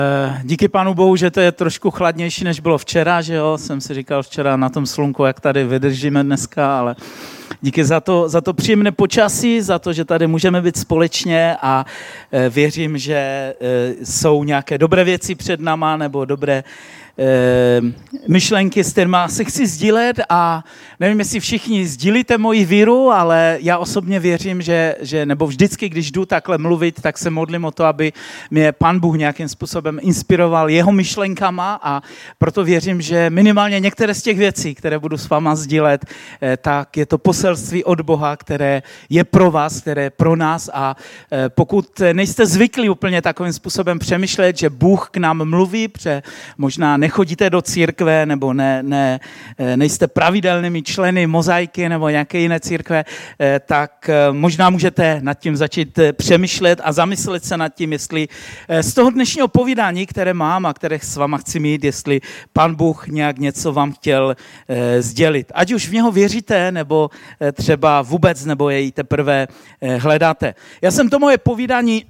Díky Pánu Bohu, že to je trošku chladnější, než bylo včera, že jo? Jsem si říkal včera na tom slunku, jak tady vydržíme dneska, ale díky za to příjemné počasí, za to, že tady můžeme být společně a věřím, že jsou nějaké dobré věci před náma nebo dobré myšlenky, s kterými se chci sdílet a nevím, jestli všichni sdílíte moji víru, ale já osobně věřím, že nebo vždycky, když jdu takhle mluvit, tak se modlím o to, aby mě Pán Bůh nějakým způsobem inspiroval jeho myšlenkama a proto věřím, že minimálně některé z těch věcí, které budu s váma sdílet, tak je to poselství od Boha, které je pro vás, které je pro nás a pokud nejste zvyklí úplně takovým způsobem přemýšlet, že Bůh k nám mluví, možná nechodíte do církve nebo nejste pravidelnými členy mozaiky nebo nějaké jiné církve, tak možná můžete nad tím začít přemýšlet a zamyslet se nad tím, jestli z toho dnešního povídání, které mám a které s váma chci mít, jestli Pán Bůh nějak něco vám chtěl sdělit. Ať už v něho věříte, nebo třeba vůbec, nebo jej teprve hledáte. Já jsem to moje povídání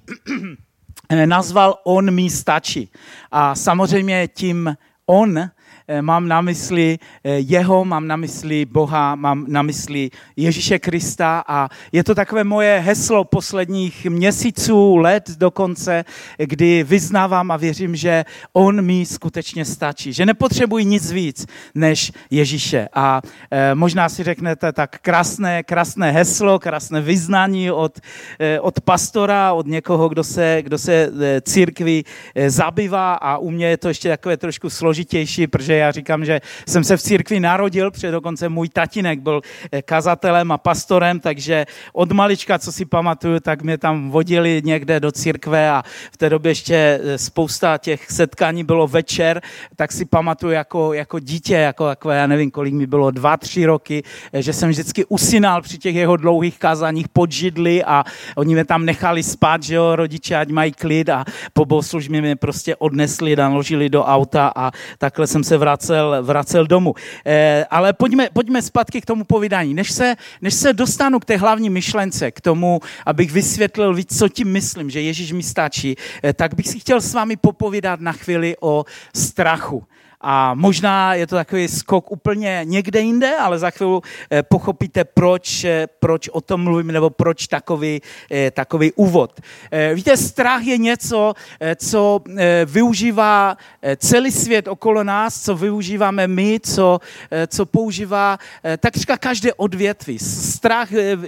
nazval On mi stačí. A samozřejmě tím on mám na mysli jeho, mám na mysli Boha, mám na mysli Ježíše Krista a je to takové moje heslo posledních měsíců, let dokonce, kdy vyznávám a věřím, že on mi skutečně stačí, že nepotřebuji nic víc než Ježíše. A možná si řeknete tak krásné heslo, krásné vyznání od pastora, od někoho, kdo se církví zabývá a u mě je to ještě takové trošku složitější, protože já říkám, že jsem se v církvi narodil, protože dokonce můj tatínek byl kazatelem a pastorem, takže od malička, co si pamatuju, tak mě tam vodili někde do církve a v té době ještě spousta těch setkání bylo večer, tak si pamatuju jako dítě, jako já nevím, kolik mi bylo, 2-3 roky, že jsem vždycky usínal při těch jeho dlouhých kazáních pod židli a oni mě tam nechali spát, že jo, rodiče, ať mají klid a po bohoslužbě mě prostě odnesli, naložili do auta a takhle jsem se vracel domů. Ale pojďme zpátky k tomu povídání. Než se dostanu k té hlavní myšlence, k tomu, abych vysvětlil víc, co tím myslím, že Ježíš mi stačí, tak bych si chtěl s vámi popovídat na chvíli o strachu. A možná je to takový skok úplně někde jinde, ale za chvíli pochopíte, proč o tom mluvím, nebo proč takový úvod. Víte, strach je něco, co využívá celý svět okolo nás, co využíváme my, co používá takřka každé odvětví. Strach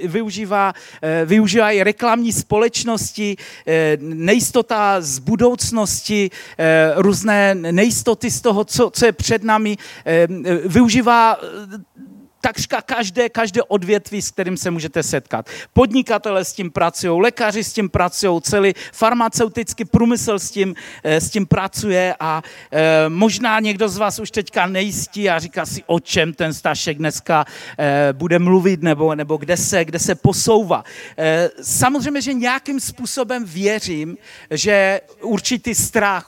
využívá i reklamní společnosti, nejistota z budoucnosti, různé nejistoty z toho, co je před námi, využívá takřka každé odvětví, s kterým se můžete setkat. Podnikatelé s tím pracují, lékaři s tím pracují, celý farmaceutický průmysl s tím pracuje a možná někdo z vás už teďka nejistí a říká si, o čem ten Stašek dneska bude mluvit nebo kde se posouvá. Samozřejmě, že nějakým způsobem věřím, že určitý strach,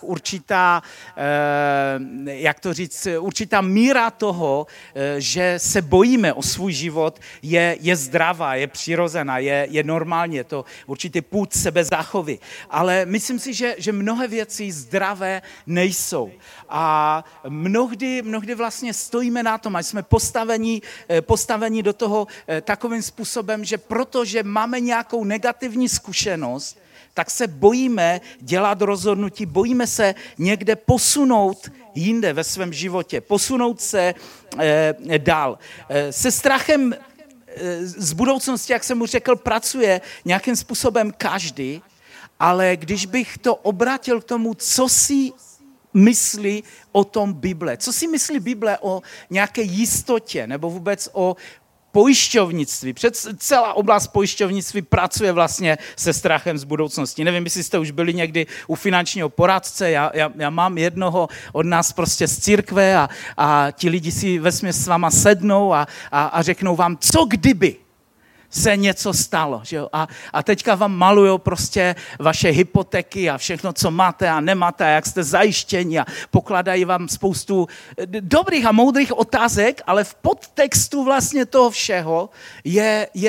určitá míra toho, že se bojíme o svůj život, je zdravá, je přirozená, je normální, je to určitý pud sebezáchovy. Ale myslím si, že mnohé věci zdravé nejsou. A mnohdy vlastně stojíme na tom, a jsme postaveni do toho takovým způsobem, že protože máme nějakou negativní zkušenost, tak se bojíme dělat rozhodnutí, bojíme se někde posunout jinde ve svém životě, posunout se dál. Se strachem z budoucnosti, jak jsem už řekl, pracuje nějakým způsobem každý, ale když bych to obrátil k tomu, co si myslí o tom Bible, co si myslí Bible o nějaké jistotě nebo vůbec o pojišťovnictví. Celá oblast pojišťovnictví pracuje vlastně se strachem z budoucnosti. Nevím, jestli jste už byli někdy u finančního poradce, já mám jednoho od nás prostě z církve a ti lidi si vesměs s váma sednou a řeknou vám, co kdyby se něco stalo. Že jo? A teďka vám malujou prostě vaše hypotéky a všechno, co máte a nemáte, a jak jste zajištěni a pokladají vám spoustu dobrých a moudrých otázek, ale v podtextu vlastně toho všeho je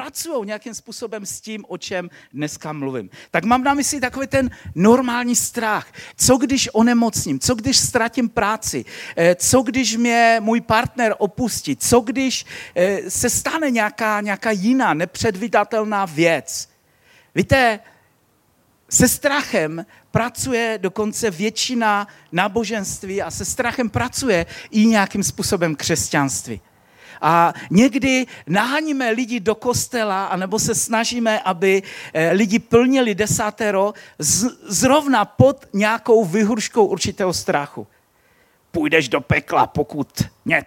pracují nějakým způsobem s tím, o čem dneska mluvím. Tak mám na mysli takový ten normální strach. Co když onemocním? Co když ztratím práci? Co když mě můj partner opustí? Co když se stane nějaká jiná nepředvídatelná věc? Víte, se strachem pracuje dokonce většina náboženství a se strachem pracuje i nějakým způsobem křesťanství. A někdy naháníme lidi do kostela, anebo se snažíme, aby lidi plnili desátero zrovna pod nějakou vyhruškou určitého strachu. Půjdeš do pekla, pokud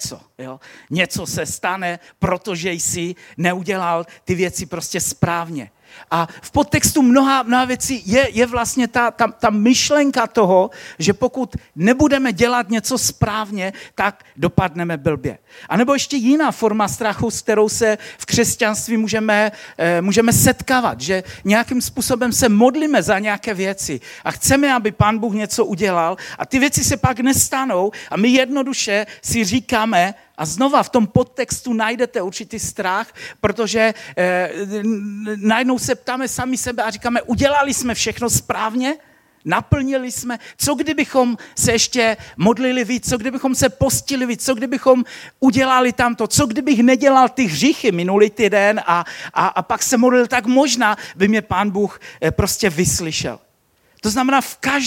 něco se stane, protože jsi neudělal ty věci prostě správně. A v podtextu mnoha věcí je vlastně ta myšlenka toho, že pokud nebudeme dělat něco správně, tak dopadneme blbě. A nebo ještě jiná forma strachu, s kterou se v křesťanství můžeme setkávat, že nějakým způsobem se modlíme za nějaké věci a chceme, aby Pán Bůh něco udělal a ty věci se pak nestanou a my jednoduše si říkáme, a znova v tom podtextu najdete určitý strach, protože najednou se ptáme sami sebe a říkáme, udělali jsme všechno správně? Naplnili jsme? Co kdybychom se ještě modlili víc? Co kdybychom se postili víc? Co kdybychom udělali tamto? Co kdybych nedělal ty hříchy minulý týden a pak se modlil, tak možná by mě Pán Bůh prostě vyslyšel. To znamená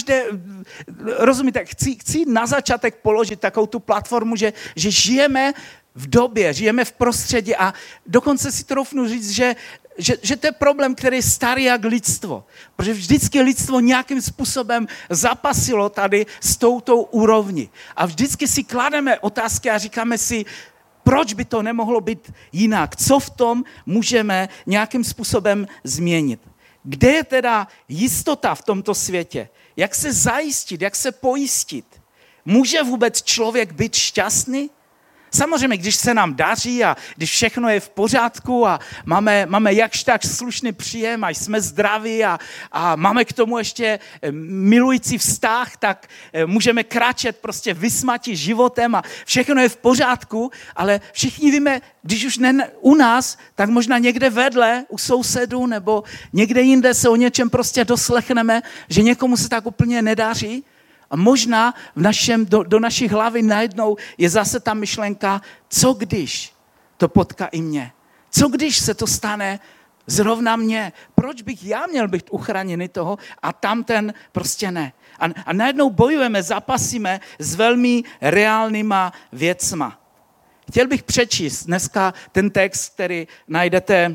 rozumíte, chci na začátek položit takovou tu platformu, že žijeme v době, žijeme v prostředí a dokonce si troufnu říct, že to je problém, který je starý jak lidstvo. Protože vždycky lidstvo nějakým způsobem zapasilo tady s touto úrovní. A vždycky si klademe otázky a říkáme si, proč by to nemohlo být jinak? Co v tom můžeme nějakým způsobem změnit? Kde je teda jistota v tomto světě? Jak se zajistit, jak se pojistit? Může vůbec člověk být šťastný? Samozřejmě, když se nám daří a když všechno je v pořádku a máme jakž tak slušný příjem a jsme zdraví a máme k tomu ještě milující vztah, tak můžeme kráčet prostě vysmati životem a všechno je v pořádku, ale všichni víme, když už ne u nás, tak možná někde vedle, u sousedů nebo někde jinde se o něčem prostě doslechneme, že někomu se tak úplně nedaří. A možná do naší hlavy najednou je zase ta myšlenka, co když to potká i mě? Co když se to stane zrovna mně? Proč bych já měl být uchráněný toho a tamten prostě ne? A najednou bojujeme, zapasíme s velmi reálnýma věcma. Chtěl bych přečíst dneska ten text, který najdete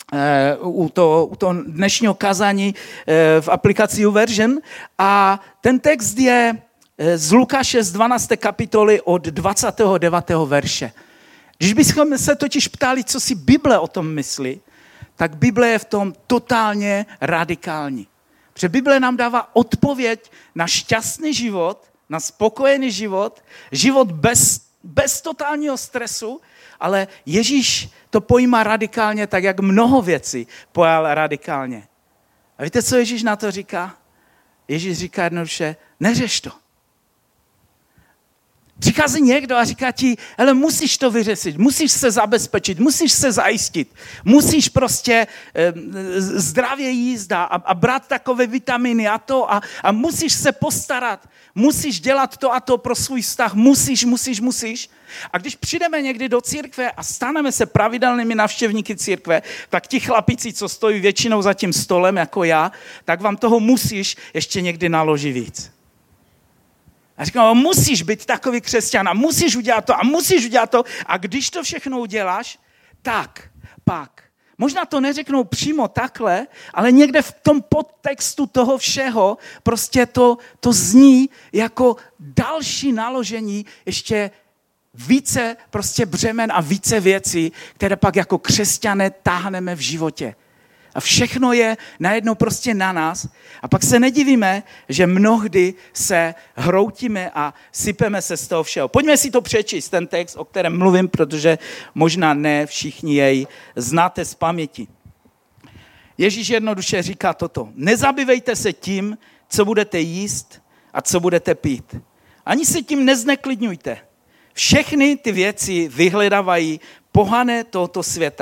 u toho dnešního kazání v aplikaci YouVersion a ten text je z Lukáše z 12. kapitoly od 29. verše. Když bychom se totiž ptali, co si Bible o tom myslí, tak Bible je v tom totálně radikální. Protože Bible nám dává odpověď na šťastný život, na spokojený život, život bez totálního stresu, ale Ježíš to pojímá radikálně, tak jak mnoho věcí pojal radikálně. A víte, co Ježíš na to říká? Ježíš říká jednoduše, neřeš to. Přichází někdo a říká ti, hele, musíš to vyřešit, musíš se zabezpečit, musíš se zajistit, musíš prostě zdravě jíst a brát takové vitaminy a musíš se postarat, musíš dělat to a to pro svůj vztah, musíš. A když přijdeme někdy do církve a staneme se pravidelnými navštěvníky církve, tak ti chlapici, co stojí většinou za tím stolem jako já, tak vám toho musíš ještě někdy naložit víc. A říkám, musíš být takový křesťan a musíš udělat to a musíš udělat to a když to všechno uděláš, tak pak. Možná to neřeknou přímo takhle, ale někde v tom podtextu toho všeho prostě to zní jako další naložení ještě více prostě břemen a více věcí, které pak jako křesťané táhneme v životě. A všechno je najednou prostě na nás. A pak se nedivíme, že mnohdy se hroutíme a sypeme se z toho všeho. Pojďme si to přečíst, ten text, o kterém mluvím, protože možná ne všichni jej znáte z paměti. Ježíš jednoduše říká toto. Nezabývejte se tím, co budete jíst a co budete pít. Ani se tím nezneklidňujte. Všechny ty věci vyhledávají pohané tohoto světa.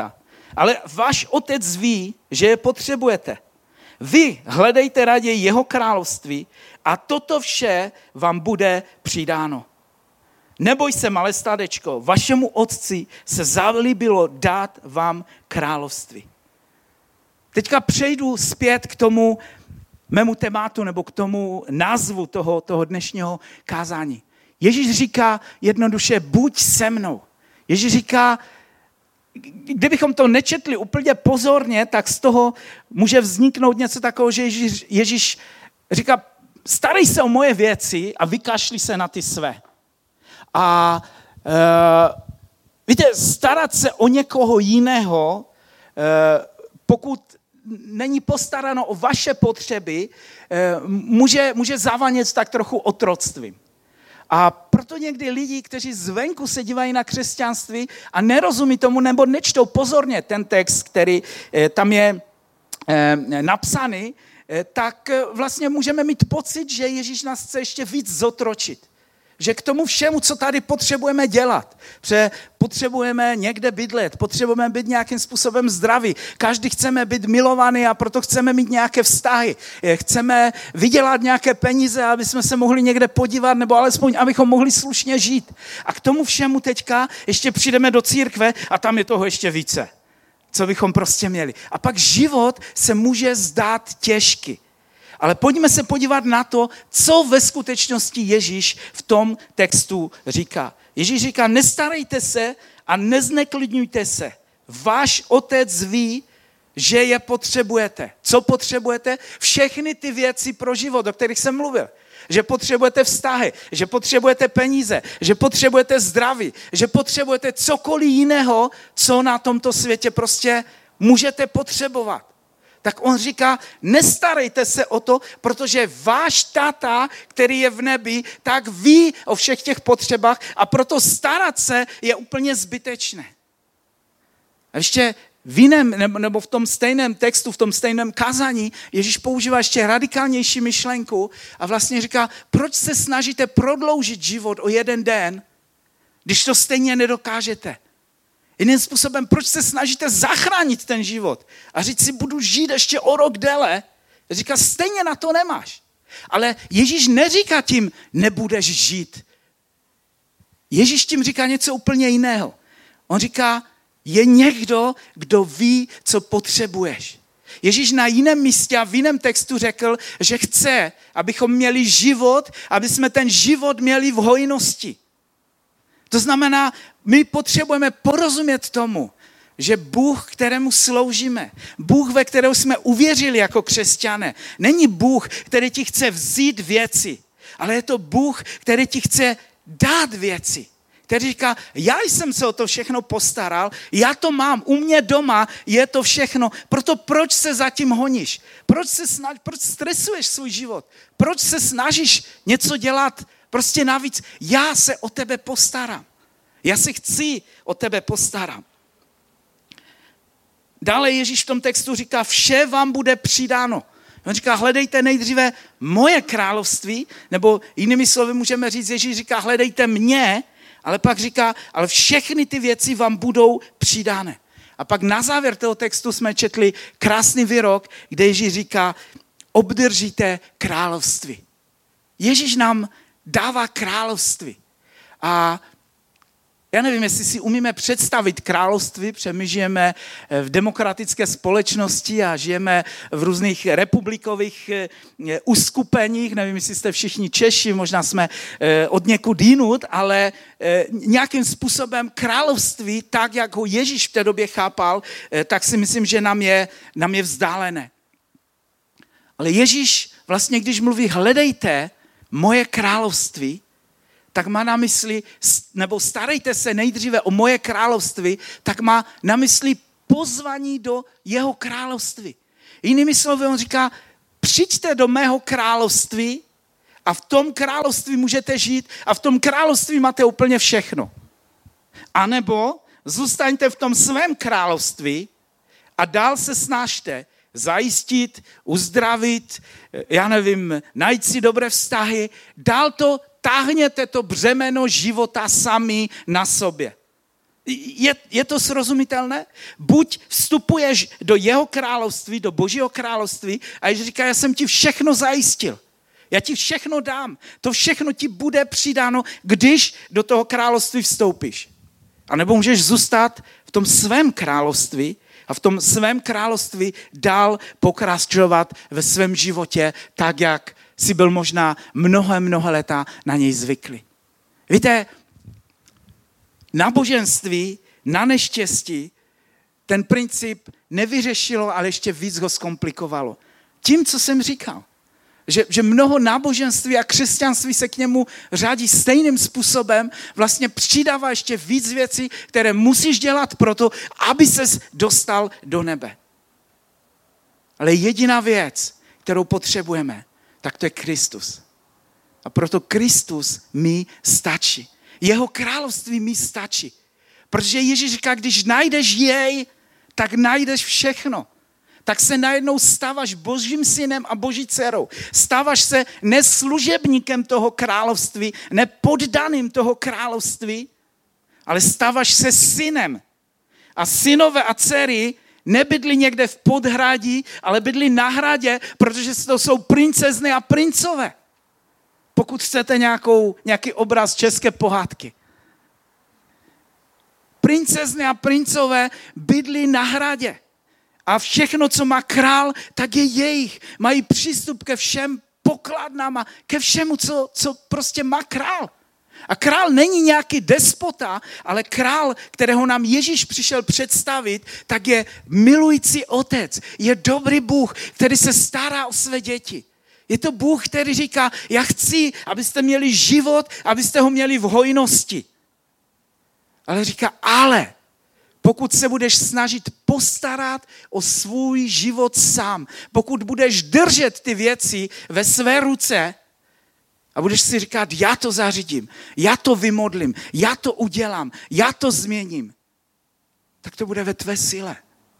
ale váš otec ví, že je potřebujete. Vy hledejte raději jeho království a toto vše vám bude přidáno. Neboj se, malé stádečko, vašemu otci se zalíbilo dát vám království. Teďka přejdu zpět k tomu mému tématu nebo k tomu názvu toho dnešního kázání. Ježíš říká jednoduše, buď se mnou. Ježíš říká, kdybychom to nečetli úplně pozorně, tak z toho může vzniknout něco takového, že Ježíš říká, starej se o moje věci a vykašli se na ty své. A víte, starat se o někoho jiného, pokud není postaráno o vaše potřeby, může zavanět tak trochu otroctvím. A proto někdy lidi, kteří zvenku se dívají na křesťanství a nerozumí tomu, nebo nečtou pozorně ten text, který tam je napsaný, tak vlastně můžeme mít pocit, že Ježíš nás chce ještě víc zotročit. Že k tomu všemu, co tady potřebujeme dělat, protože potřebujeme někde bydlet, potřebujeme být nějakým způsobem zdraví, každý chceme být milovaný a proto chceme mít nějaké vztahy, chceme vydělat nějaké peníze, aby jsme se mohli někde podívat, nebo alespoň, abychom mohli slušně žít. A k tomu všemu teďka ještě přijdeme do církve a tam je toho ještě více, co bychom prostě měli. A pak život se může zdát těžký. Ale pojďme se podívat na to, co ve skutečnosti Ježíš v tom textu říká. Ježíš říká, nestarejte se a nezneklidňujte se. Váš otec ví, že je potřebujete. Co potřebujete? Všechny ty věci pro život, o kterých jsem mluvil. Že potřebujete vztahy, že potřebujete peníze, že potřebujete zdraví, že potřebujete cokoliv jiného, co na tomto světě prostě můžete potřebovat. Tak on říká, nestarejte se o to, protože váš táta, který je v nebi, tak ví o všech těch potřebách a proto starat se je úplně zbytečné. A ještě v jiném, nebo v tom stejném textu, v tom stejném kázání, Ježíš používá ještě radikálnější myšlenku a vlastně říká, proč se snažíte prodloužit život o jeden den, když to stejně nedokážete. Jiným způsobem, proč se snažíte zachránit ten život a říct si, budu žít ještě o rok déle, říká, stejně na to nemáš. Ale Ježíš neříká tím, nebudeš žít. Ježíš tím říká něco úplně jiného. On říká, je někdo, kdo ví, co potřebuješ. Ježíš na jiném místě a v jiném textu řekl, že chce, abychom měli život, aby jsme ten život měli v hojnosti. To znamená, my potřebujeme porozumět tomu, že Bůh, kterému sloužíme, Bůh, ve kterého jsme uvěřili jako křesťané, není Bůh, který ti chce vzít věci, ale je to Bůh, který ti chce dát věci. Který říká, já jsem se o to všechno postaral, já to mám, u mě doma je to všechno, proto proč se zatím honíš? Proč stresuješ svůj život? Proč se snažíš něco dělat prostě navíc? Já se o tebe postarám. Já si chci o tebe postarám. Dále Ježíš v tom textu říká, vše vám bude přidáno. On říká, hledejte nejdříve moje království, nebo jinými slovy můžeme říct, Ježíš říká, hledejte mě, ale pak říká, ale všechny ty věci vám budou přidány. A pak na závěr toho textu jsme četli krásný výrok, kde Ježíš říká, obdržíte království. Ježíš nám dává království. A já nevím, jestli si umíme představit království, protože my žijeme v demokratické společnosti a žijeme v různých republikových uskupeních, nevím, jestli jste všichni Češi, možná jsme od někud jinut, ale nějakým způsobem království, tak jak ho Ježíš v té době chápal, tak si myslím, že nám je vzdálené. Ale Ježíš vlastně, když mluví, hledejte moje království, tak má na mysli, nebo starejte se nejdříve o moje království, tak má na mysli pozvání do jeho království. Jinými slovy, on říká, přijďte do mého království a v tom království můžete žít a v tom království máte úplně všechno. A nebo zůstaňte v tom svém království a dál se snažte zajistit, uzdravit, já nevím, najít si dobré vztahy, dál to táhněte to břemeno života sami na sobě. Je to srozumitelné? Buď vstupuješ do jeho království, do Božího království a Ježíš říká, já jsem ti všechno zajistil. Já ti všechno dám. To všechno ti bude přidáno, když do toho království vstoupíš. A nebo můžeš zůstat v tom svém království a v tom svém království dál pokračovat ve svém životě tak, jak jsi byl možná mnoho leta na něj zvyklý. Víte, náboženství na neštěstí ten princip nevyřešilo, ale ještě víc ho zkomplikovalo. Tím, co jsem říkal. Že mnoho náboženství a křesťanství se k němu řádí stejným způsobem, vlastně přidává ještě víc věcí, které musíš dělat proto, aby ses dostal do nebe. Ale jediná věc, kterou potřebujeme, tak to je Kristus. A proto Kristus mi stačí. Jeho království mi stačí. Protože Ježíš říká, když najdeš jej, tak najdeš všechno. Tak se najednou stáváš Božím synem a Boží dcerou. Stáváš se neslužebníkem toho království, nepoddaným toho království, ale stáváš se synem. A synové a dcery nebydlí někde v podhradí, ale bydlí na hradě, protože to jsou princezny a princové. Pokud chcete nějaký obraz české pohádky. Princezny a princové bydlí na hradě. A všechno, co má král, tak je jejich. Mají přístup ke všem pokladnám a ke všemu, co prostě má král. A král není nějaký despota, ale král, kterého nám Ježíš přišel představit, tak je milující otec. Je dobrý Bůh, který se stará o své děti. Je to Bůh, který říká, já chci, abyste měli život, abyste ho měli v hojnosti. Ale říká, ale pokud se budeš snažit postarat o svůj život sám, pokud budeš držet ty věci ve své ruce a budeš si říkat, já to zařídím, já to vymodlím, já to udělám, já to změním, tak to bude ve tvé síle.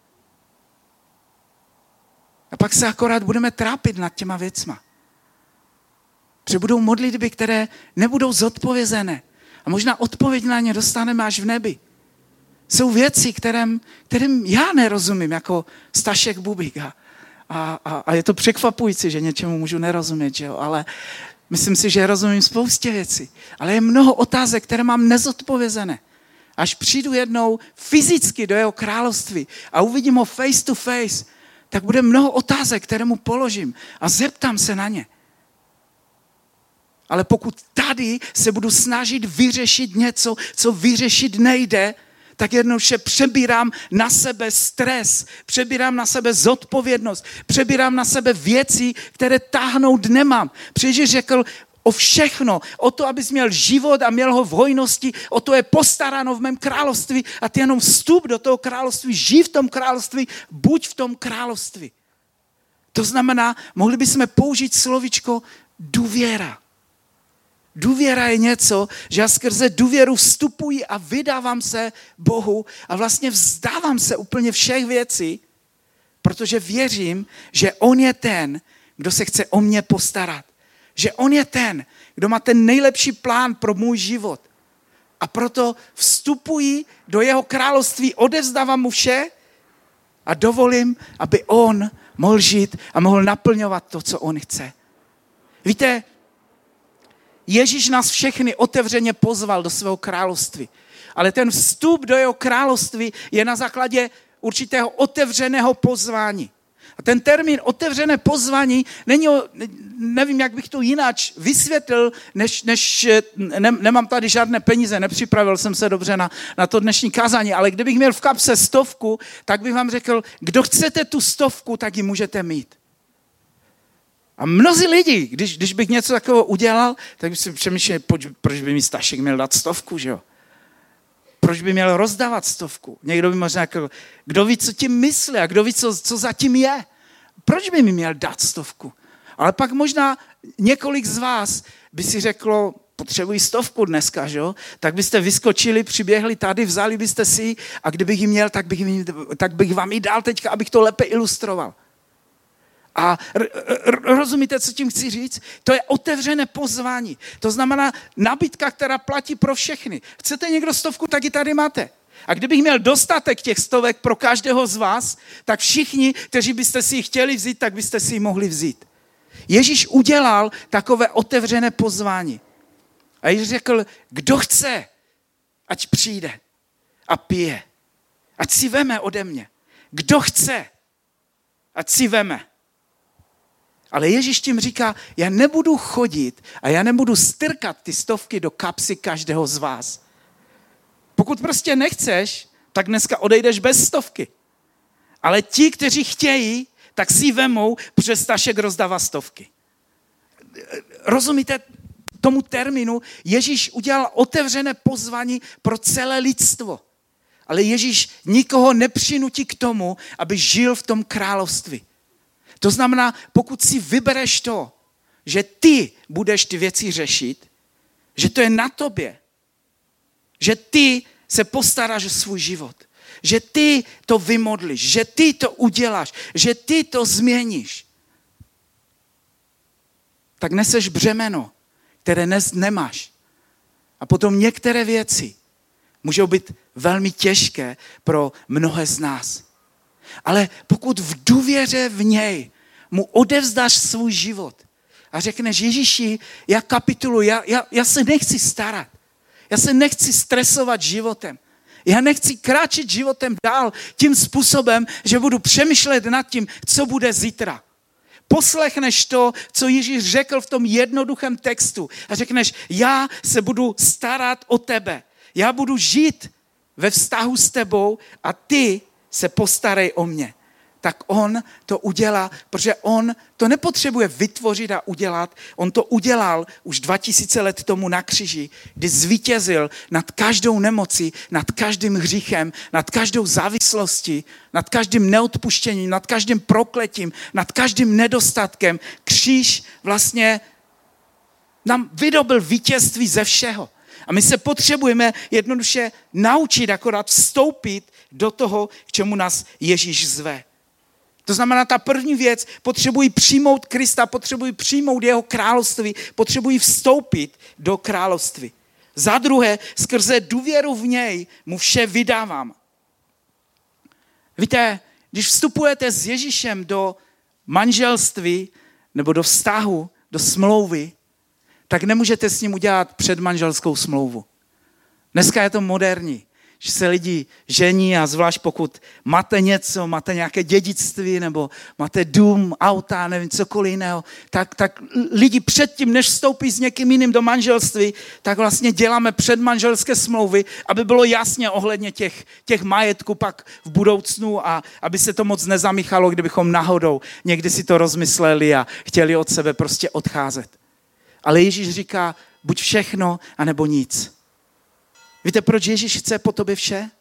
A pak se akorát budeme trápit nad těma věcma. Protože budou modlitby, které nebudou zodpovězené. A možná odpověď na ně dostaneme až v nebi. Jsou věci, kterým já nerozumím, jako Stašek Bubík. A je to překvapující, že něčemu můžu nerozumět, že jo? Ale myslím si, že rozumím spoustě věcí. Ale je mnoho otázek, které mám nezodpovězené. Až přijdu jednou fyzicky do jeho království a uvidím ho face to face, tak bude mnoho otázek, které mu položím a zeptám se na ně. Ale pokud tady se budu snažit vyřešit něco, co vyřešit nejde, tak jednoduše přebírám na sebe stres, přebírám na sebe zodpovědnost, přebírám na sebe věci, které táhnout nemám. Protože řekl o všechno, o to, abys měl život a měl ho v hojnosti, o to je postaráno v mém království a ty jenom vstup do toho království, žij v tom království, buď v tom království. To znamená, mohli bychom použít slovíčko důvěra. Důvěra je něco, že já skrze důvěru vstupuji a vydávám se Bohu a vlastně vzdávám se úplně všech věcí, protože věřím, že on je ten, kdo se chce o mě postarat. Že on je ten, kdo má ten nejlepší plán pro můj život. A proto vstupuji do jeho království, odevzdávám mu vše a dovolím, aby on mohl žít a mohl naplňovat to, co on chce. Víte, Ježíš nás všechny otevřeně pozval do svého království. Ale ten vstup do jeho království je na základě určitého otevřeného pozvání. A ten termín otevřené pozvání není, nevím, jak bych to jinak vysvětlil, nemám tady žádné peníze, nepřipravil jsem se dobře na to dnešní kázání, ale kdybych měl v kapse 100, tak bych vám řekl, kdo chcete tu 100, tak ji můžete mít. A mnozí lidi, když bych něco takového udělal, tak bych si přemýšlel, proč by mi Stašek měl dát 100, že jo? Proč by měl rozdávat 100? Někdo by možná řekl, kdo ví, co tím myslí a kdo ví, co zatím je. Proč by mi měl dát 100? Ale pak možná několik z vás by si řeklo, potřebuji 100 dneska, že jo? Tak byste vyskočili, přiběhli tady, vzali byste si a kdybych ji měl, tak bych vám ji dal teďka, abych to lépe ilustroval. A rozumíte, co tím chci říct? To je otevřené pozvání. To znamená nabídka, která platí pro všechny. Chcete někdo 100, tak ji tady máte. A kdybych měl dostatek těch stovek pro každého z vás, tak všichni, kteří byste si ji chtěli vzít, tak byste si ji mohli vzít. Ježíš udělal takové otevřené pozvání. A Ježíš řekl, kdo chce, ať přijde a pije. Ať si veme ode mě. Kdo chce, ať si veme. Ale Ježíš tím říká, já nebudu chodit a já nebudu strkat ty stovky do kapsy každého z vás. Pokud prostě nechceš, tak dneska odejdeš bez stovky. Ale ti, kteří chtějí, tak si vemou, protože Stašek rozdává stovky. Rozumíte tomu termínu? Ježíš udělal otevřené pozvání pro celé lidstvo. Ale Ježíš nikoho nepřinutí k tomu, aby žil v tom království. To znamená, pokud si vybereš to, že ty budeš ty věci řešit, že to je na tobě, že ty se postaráš o svůj život, že ty to vymodlíš, že ty to uděláš, že ty to změníš, tak neseš břemeno, které nemáš. A potom některé věci můžou být velmi těžké pro mnohé z nás. Ale pokud v důvěře v něj mu odevzdáš svůj život a řekneš, Ježíši, já kapituluji, já se nechci starat. Já se nechci stresovat životem. Já nechci kráčet životem dál tím způsobem, že budu přemýšlet nad tím, co bude zítra. Poslechneš to, co Ježíš řekl v tom jednoduchém textu a řekneš, já se budu starat o tebe. Já budu žít ve vztahu s tebou a ty se postarej o mě. Tak on to udělá, protože on to nepotřebuje vytvořit a udělat. On to udělal už 2000 let tomu na kříži, kdy zvítězil nad každou nemocí, nad každým hříchem, nad každou závislostí, nad každým neodpuštěním, nad každým prokletím, nad každým nedostatkem. Kříž vlastně nám vydobil vítězství ze všeho. A my se potřebujeme jednoduše naučit akorát vstoupit do toho, k čemu nás Ježíš zve. To znamená, ta první věc, potřebují přijmout Krista, potřebují přijmout jeho království, potřebují vstoupit do království. Za druhé, skrze důvěru v něj mu vše vydávám. Víte, když vstupujete s Ježíšem do manželství nebo do vztahu, do smlouvy, tak nemůžete s ním udělat předmanželskou smlouvu. Dneska je to moderní, že se lidi žení a zvlášť pokud máte něco, máte nějaké dědictví nebo máte dům, auta, nevím, cokoliv jiného, tak lidi předtím, než vstoupí s někým jiným do manželství, tak vlastně děláme předmanželské smlouvy, aby bylo jasně ohledně těch majetků pak v budoucnu a aby se to moc nezamíchalo, kdybychom náhodou někdy si to rozmysleli a chtěli od sebe prostě odcházet. Ale Ježíš říká, buď všechno, anebo nic. Víte, proč Ježíš chce po tobě vše?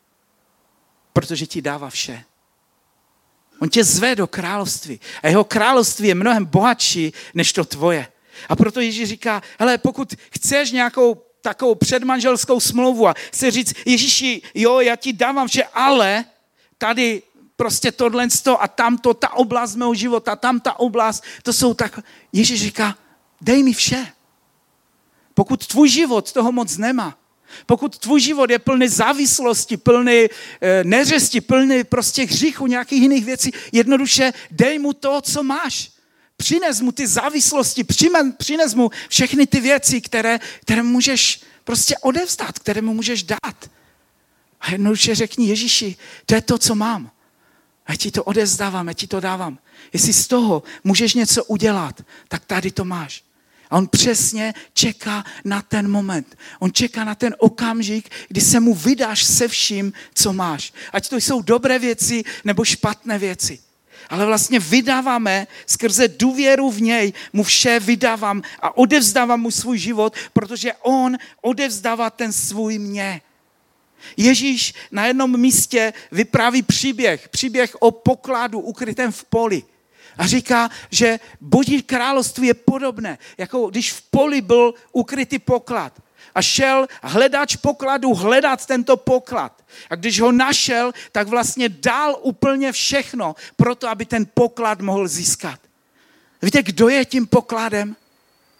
Protože ti dává vše. On tě zve do království. A jeho království je mnohem bohatší, než to tvoje. A proto Ježíš říká, hele, pokud chceš nějakou takovou předmanželskou smlouvu a chce říct, Ježíši, jo, já ti dávám vše, ale tady prostě tohle a tamto, ta oblast mého života, tam ta oblast, to jsou tak. Ježíš říká, dej mi vše. Pokud tvůj život toho moc nemá, pokud tvůj život je plný závislosti, plný neřesti, plný prostě hříchu, nějakých jiných věcí, jednoduše dej mu to, co máš. Přines mu ty závislosti, přines mu všechny ty věci, které můžeš prostě odevzdat, které mu můžeš dát. A jednoduše řekni, Ježíši, to je to, co mám. A já ti to odevzdávám, já ti to dávám. Jestli z toho můžeš něco udělat, tak tady to máš. A on přesně čeká na ten moment. On čeká na ten okamžik, kdy se mu vydáš se vším, co máš. Ať to jsou dobré věci nebo špatné věci. Ale vlastně vydáváme skrze důvěru v něj, mu vše vydávám a odevzdávám mu svůj život, protože on odevzdává ten svůj mě. Ježíš na jednom místě vypráví příběh o pokladu ukrytém v poli. A říká, že Boží království je podobné, jako když v poli byl ukrytý poklad. A šel hledač pokladu hledat tento poklad. A když ho našel, tak vlastně dal úplně všechno pro to, aby ten poklad mohl získat. Víte, kdo je tím pokladem?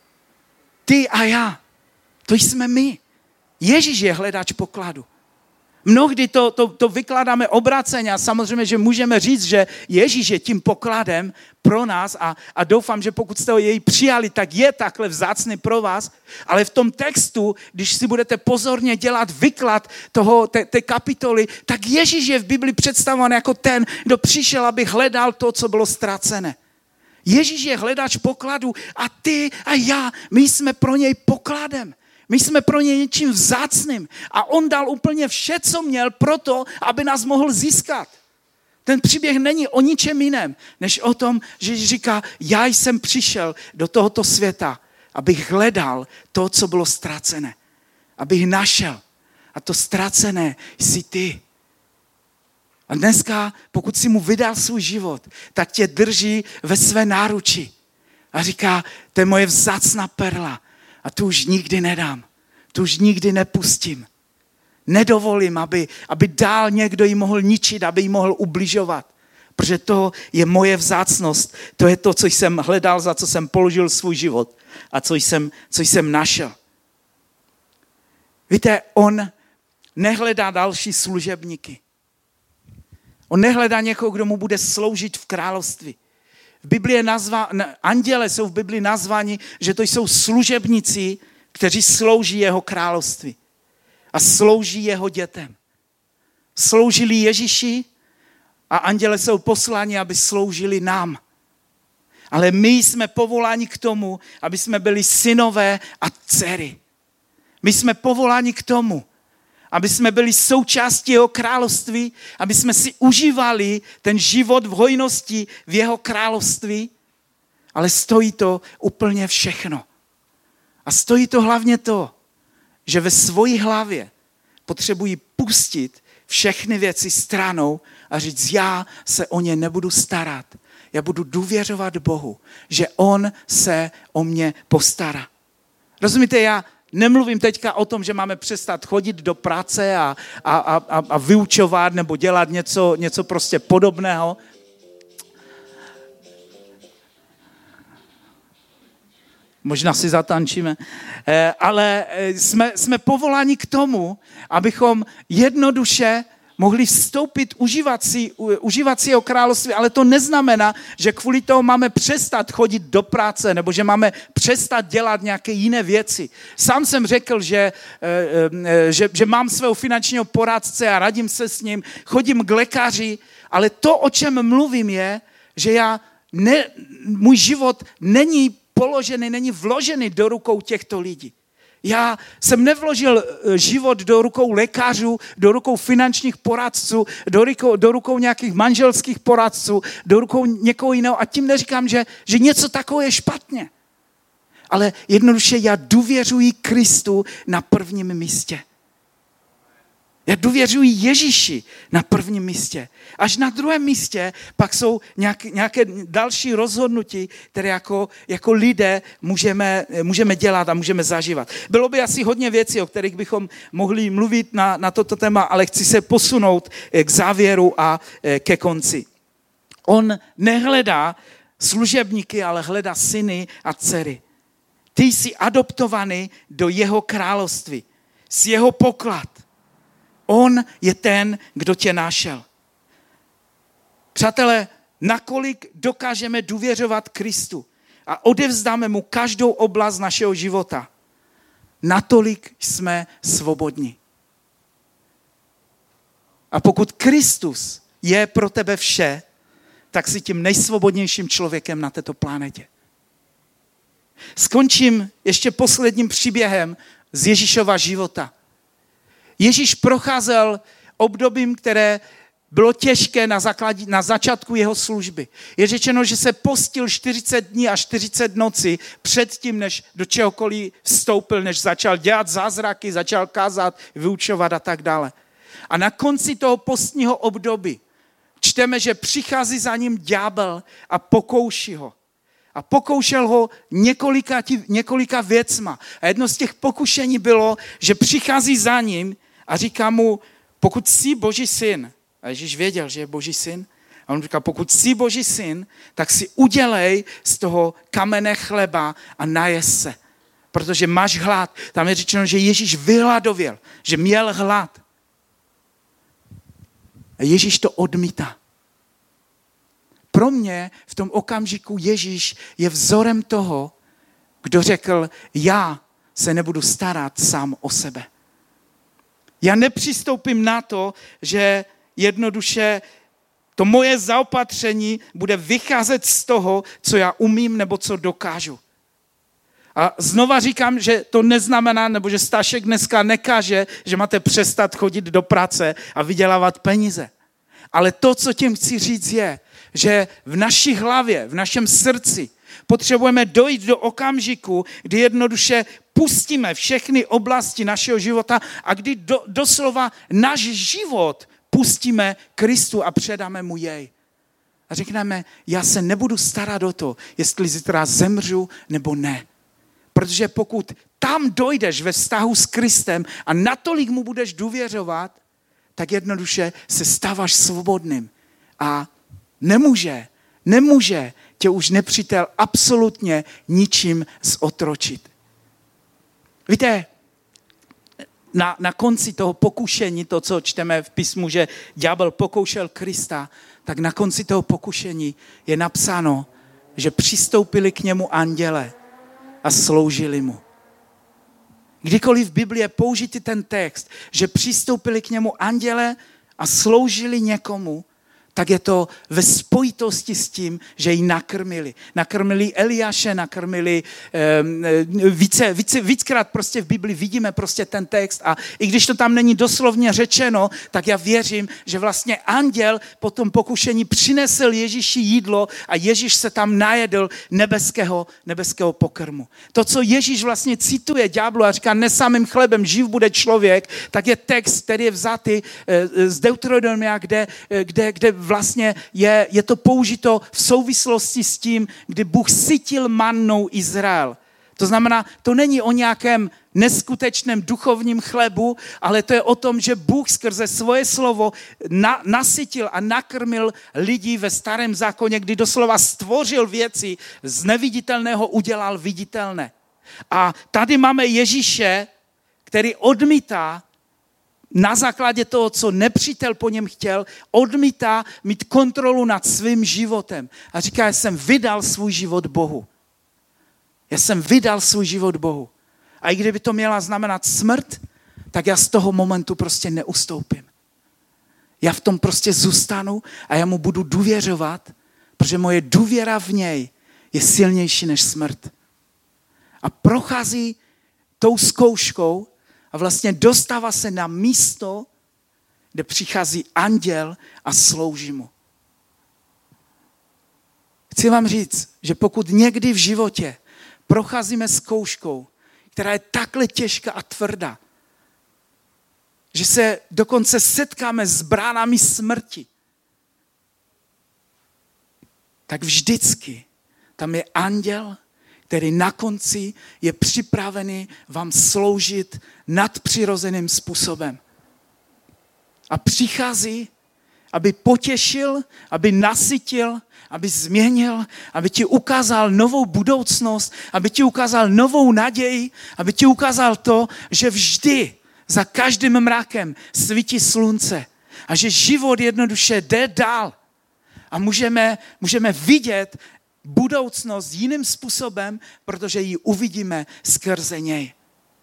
Ty a já. To jsme my. Ježíš je hledač pokladu. Mnohdy to vykládáme obráceně a samozřejmě, že můžeme říct, že Ježíš je tím pokladem pro nás a doufám, že pokud jste ho jej přijali, tak je takhle vzácný pro vás, ale v tom textu, když si budete pozorně dělat vyklad té kapitoly, tak Ježíš je v Bibli představován jako ten, kdo přišel, aby hledal to, co bylo ztracené. Ježíš je hledač pokladu a ty a já, my jsme pro něj pokladem. My jsme pro něj něčím vzácným a on dal úplně vše, co měl proto, aby nás mohl získat. Ten příběh není o ničem jiném, než o tom, že říká, já jsem přišel do tohoto světa, abych hledal to, co bylo ztracené. Abych našel. A to ztracené jsi ty. A dneska, pokud si mu vydal svůj život, tak tě drží ve své náruči. A říká, to je moje vzácná perla. A tu už nikdy nedám. Tu už nikdy nepustím. Nedovolím, aby dál někdo ji mohl ničit, aby ji mohl ubližovat. Protože to je moje vzácnost. To je to, co jsem hledal, za co jsem položil svůj život. A co jsem našel. Víte, on nehledá další služebníky. On nehledá někoho, kdo mu bude sloužit v království. V Biblii anděle jsou v Biblii nazváni, že to jsou služebníci, kteří slouží jeho království a slouží jeho dětem. Sloužili Ježíši a anděle jsou posláni, aby sloužili nám. Ale my jsme povoláni k tomu, aby jsme byli synové a dcery. My jsme povoláni k tomu, aby jsme byli součástí jeho království, aby jsme si užívali ten život v hojnosti v jeho království, ale stojí to úplně všechno. A stojí to hlavně to, že ve svojí hlavě potřebují pustit všechny věci stranou a říct, já se o ně nebudu starat. Já budu důvěřovat Bohu, že on se o mě postará. Rozumíte, já nemluvím teďka o tom, že máme přestat chodit do práce a vyučovat nebo dělat něco prostě podobného. Možná si zatančíme. Ale jsme povoláni k tomu, abychom jednoduše mohli vstoupit, užívat si jeho království, ale to neznamená, že kvůli toho máme přestat chodit do práce nebo že máme přestat dělat nějaké jiné věci. Sám jsem řekl, že mám svého finančního poradce a radím se s ním, chodím k lékaři, ale to, o čem mluvím, je, že můj život není položený, není vložený do rukou těchto lidí. Já jsem nevložil život do rukou lékařů, do rukou finančních poradců, do rukou nějakých manželských poradců, do rukou někoho jiného. A tím neříkám, že něco takového je špatně. Ale jednoduše já důvěřuji Kristu na prvním místě. Já důvěřuji Ježíši na prvním místě. Až na druhém místě pak jsou nějaké další rozhodnutí, které jako lidé můžeme dělat a můžeme zažívat. Bylo by asi hodně věcí, o kterých bychom mohli mluvit na toto téma, ale chci se posunout k závěru a ke konci. On nehledá služebníky, ale hledá syny a dcery. Ty jsi adoptovaný do jeho království, z jeho poklad. On je ten, kdo tě našel. Přátelé, nakolik dokážeme důvěřovat Kristu a odevzdáme mu každou oblast našeho života, natolik jsme svobodní. A pokud Kristus je pro tebe vše, tak jsi tím nejsvobodnějším člověkem na této planetě. Skončím ještě posledním příběhem z Ježíšova života. Ježíš procházel obdobím, které bylo těžké na začátku jeho služby. Je řečeno, že se postil 40 dní a 40 nocí předtím, než do čehokoliv vstoupil, než začal dělat zázraky, začal kázat, vyučovat a tak dále. A na konci toho postního období čteme, že přichází za ním ďábel a pokouší ho. A pokoušel ho několika věcma. A jedno z těch pokušení bylo, že přichází za ním a říká mu, pokud jsi Boží syn, a Ježíš věděl, že je Boží syn, a on říká, pokud jsi Boží syn, tak si udělej z toho kamene chleba a najes se, protože máš hlad. Tam je řečeno, že Ježíš vyhladověl, že měl hlad. A Ježíš to odmítá. Pro mě v tom okamžiku Ježíš je vzorem toho, kdo řekl, já se nebudu starat sám o sebe. Já nepřistoupím na to, že jednoduše to moje zaopatření bude vycházet z toho, co já umím nebo co dokážu. A znova říkám, že to neznamená, nebo že Stašek dneska nekáže, že máte přestat chodit do práce a vydělávat peníze. Ale to, co tím chci říct, je, že v naší hlavě, v našem srdci potřebujeme dojít do okamžiku, kdy jednoduše pustíme všechny oblasti našeho života a kdy doslova náš život pustíme Kristu a předáme mu jej. A řekneme, já se nebudu starat o to, jestli zítra zemřu nebo ne. Protože pokud tam dojdeš ve vztahu s Kristem a natolik mu budeš důvěřovat, tak jednoduše se stáváš svobodným. A nemůže tě už nepřítel absolutně ničím zotročit. Víte, na konci toho pokušení, to, co čteme v písmu, že ďábel pokoušel Krista, tak na konci toho pokušení je napsáno, že přistoupili k němu anděle a sloužili mu. Kdykoliv v Biblii je použitý ten text, že přistoupili k němu anděle a sloužili někomu, tak je to ve spojitosti s tím, že ji nakrmili. Nakrmili Eliáše, nakrmili víckrát prostě v Biblii vidíme prostě ten text a i když to tam není doslovně řečeno, tak já věřím, že vlastně anděl po tom pokušení přinesl Ježíši jídlo a Ježíš se tam najedl nebeského pokrmu. To, co Ježíš vlastně cituje ďáblu a říká, ne samým chlebem živ bude člověk, tak je text, který je vzatý z Deuteronomia, kde vlastně je to použito v souvislosti s tím, kdy Bůh sytil mannou Izrael. To znamená, to není o nějakém neskutečném duchovním chlebu, ale to je o tom, že Bůh skrze svoje slovo nasytil a nakrmil lidi ve starém zákoně, kdy doslova stvořil věci, z neviditelného udělal viditelné. A tady máme Ježíše, který odmítá na základě toho, co nepřítel po něm chtěl, odmítá mít kontrolu nad svým životem. A říká, já jsem vydal svůj život Bohu. Já jsem vydal svůj život Bohu. A i kdyby to měla znamenat smrt, tak já z toho momentu prostě neustoupím. Já v tom prostě zůstanu a já mu budu důvěřovat, protože moje důvěra v něj je silnější než smrt. A prochází tou zkouškou a vlastně dostává se na místo, kde přichází anděl a slouží mu. Chci vám říct, že pokud někdy v životě procházíme zkouškou, která je takhle těžká a tvrdá, že se dokonce setkáme s bránami smrti, tak vždycky tam je anděl, který na konci je připravený vám sloužit nadpřirozeným způsobem. A přichází, aby potěšil, aby nasytil, aby změnil, aby ti ukázal novou budoucnost, aby ti ukázal novou naději, aby ti ukázal to, že vždy za každým mrakem svítí slunce a že život jednoduše jde dál. A můžeme vidět budoucnost jiným způsobem, protože ji uvidíme skrze něj.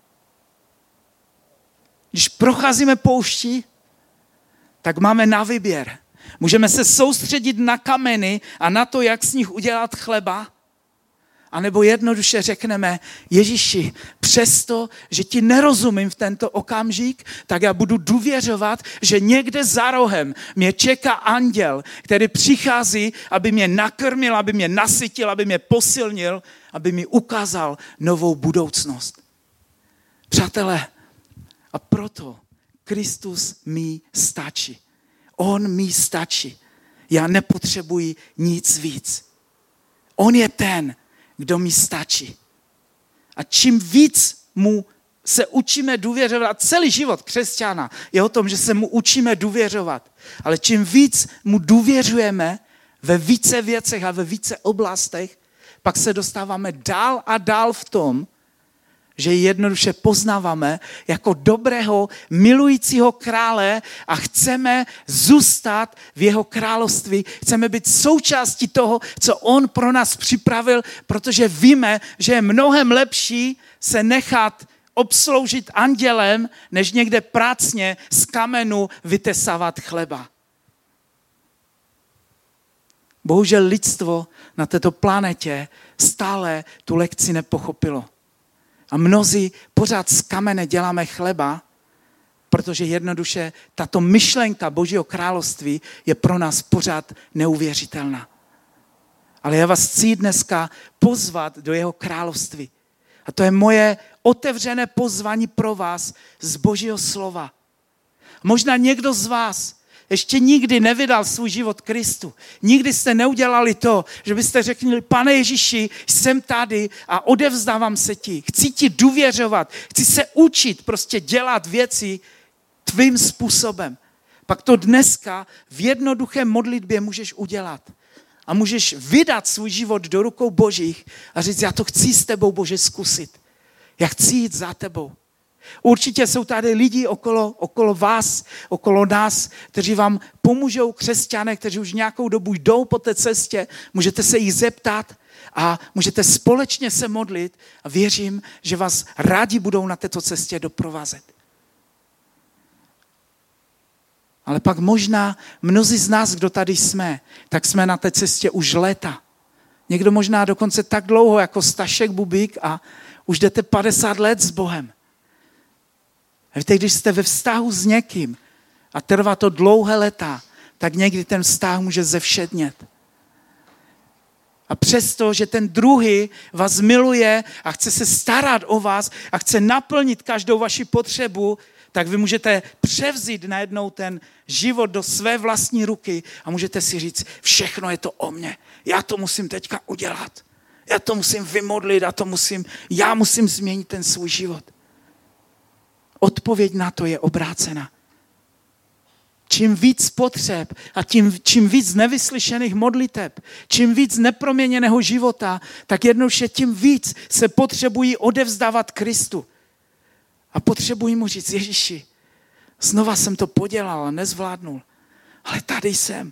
Když procházíme pouští, tak máme na výběr. Můžeme se soustředit na kameny a na to, jak z nich udělat chleba, anebo jednoduše řekneme, Ježíši, přesto, že ti nerozumím v tento okamžik, tak já budu důvěřovat, že někde za rohem mě čeká anděl, který přichází, aby mě nakrmil, aby mě nasytil, aby mě posilnil, aby mi ukázal novou budoucnost. Přátelé, a proto Kristus mi stačí. On mi stačí. Já nepotřebuji nic víc. On je ten, kdo mi stačí. A čím víc mu se učíme důvěřovat, celý život křesťana je o tom, že se mu učíme důvěřovat, ale čím víc mu důvěřujeme ve více věcech a ve více oblastech, pak se dostáváme dál a dál v tom, že ji jednoduše poznáváme jako dobrého, milujícího krále a chceme zůstat v jeho království. Chceme být součástí toho, co on pro nás připravil, protože víme, že je mnohem lepší se nechat obsloužit andělem, než někde prácně z kamenu vytesávat chleba. Bohužel lidstvo na této planetě stále tu lekci nepochopilo. A mnozí pořád z kamene děláme chleba, protože jednoduše tato myšlenka Božího království je pro nás pořád neuvěřitelná. Ale já vás chci dneska pozvat do jeho království. A to je moje otevřené pozvání pro vás z Božího slova. Možná někdo z vás ještě nikdy nevydal svůj život Kristu. Nikdy jste neudělali to, že byste řekli, Pane Ježíši, jsem tady a odevzdávám se ti. Chci ti důvěřovat, chci se učit prostě dělat věci tvým způsobem. Pak to dneska v jednoduché modlitbě můžeš udělat. A můžeš vydat svůj život do rukou Božích a říct, já to chci s tebou, Bože, zkusit. Já chci jít za tebou. Určitě jsou tady lidi okolo vás, okolo nás, kteří vám pomůžou, křesťané, kteří už nějakou dobu jdou po té cestě. Můžete se jich zeptat a můžete společně se modlit a věřím, že vás rádi budou na této cestě doprovázet. Ale pak možná mnozí z nás, kdo tady jsme, tak jsme na té cestě už léta. Někdo možná dokonce tak dlouho jako Stašek Bubík a už jdete 50 let s Bohem. A víte, když jste ve vztahu s někým a trvá to dlouhé léta, tak někdy ten vztah může zevšednět. A přesto, že ten druhý vás miluje a chce se starat o vás a chce naplnit každou vaši potřebu, tak vy můžete převzít najednou ten život do své vlastní ruky a můžete si říct, všechno je to o mně. Já to musím teďka udělat. Já to musím vymodlit a já musím změnit ten svůj život. Odpověď na to je obrácena. Čím víc potřeb a čím víc nevyslyšených modliteb, čím víc neproměněného života, tak jednoduše tím víc se potřebují odevzdávat Kristu. A potřebují mu říct, Ježíši, znova jsem to podělal a nezvládnul, ale tady jsem.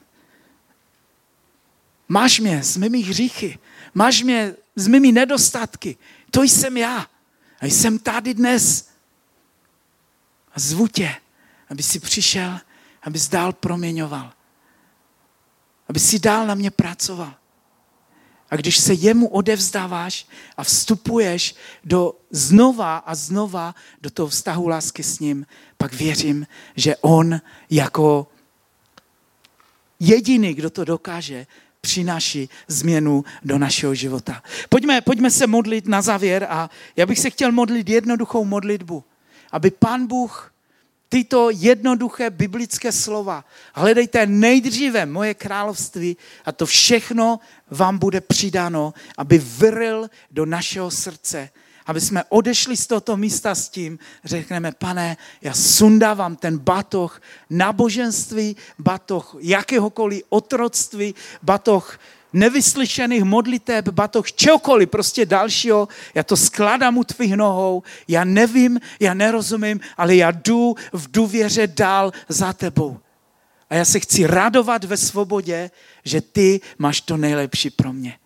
Máš mě s mými hříchy, máš mě s mými nedostatky, to jsem já. A jsem tady dnes. A zvu tě, aby si přišel, abys dál proměňoval. Aby si dál na mě pracoval. A když se jemu odevzdáváš a vstupuješ znova a znova do toho vztahu lásky s ním, pak věřím, že on jako jediný, kdo to dokáže, přináší změnu do našeho života. Pojďme se modlit na závěr a já bych se chtěl modlit jednoduchou modlitbu, aby Pán Bůh tyto jednoduché biblické slova, hledejte nejdříve moje království a to všechno vám bude přidáno, aby vril do našeho srdce, aby jsme odešli z tohoto místa s tím, řekneme, Pane, já sundávám ten batoh náboženství, batoh jakéhokoliv otroctví, batoh nevyslyšených modliteb, batoh čehokoliv prostě dalšího, já to skládám u tvých nohou, já nevím, já nerozumím, ale já jdu v důvěře dál za tebou. A já se chci radovat ve svobodě, že ty máš to nejlepší pro mě.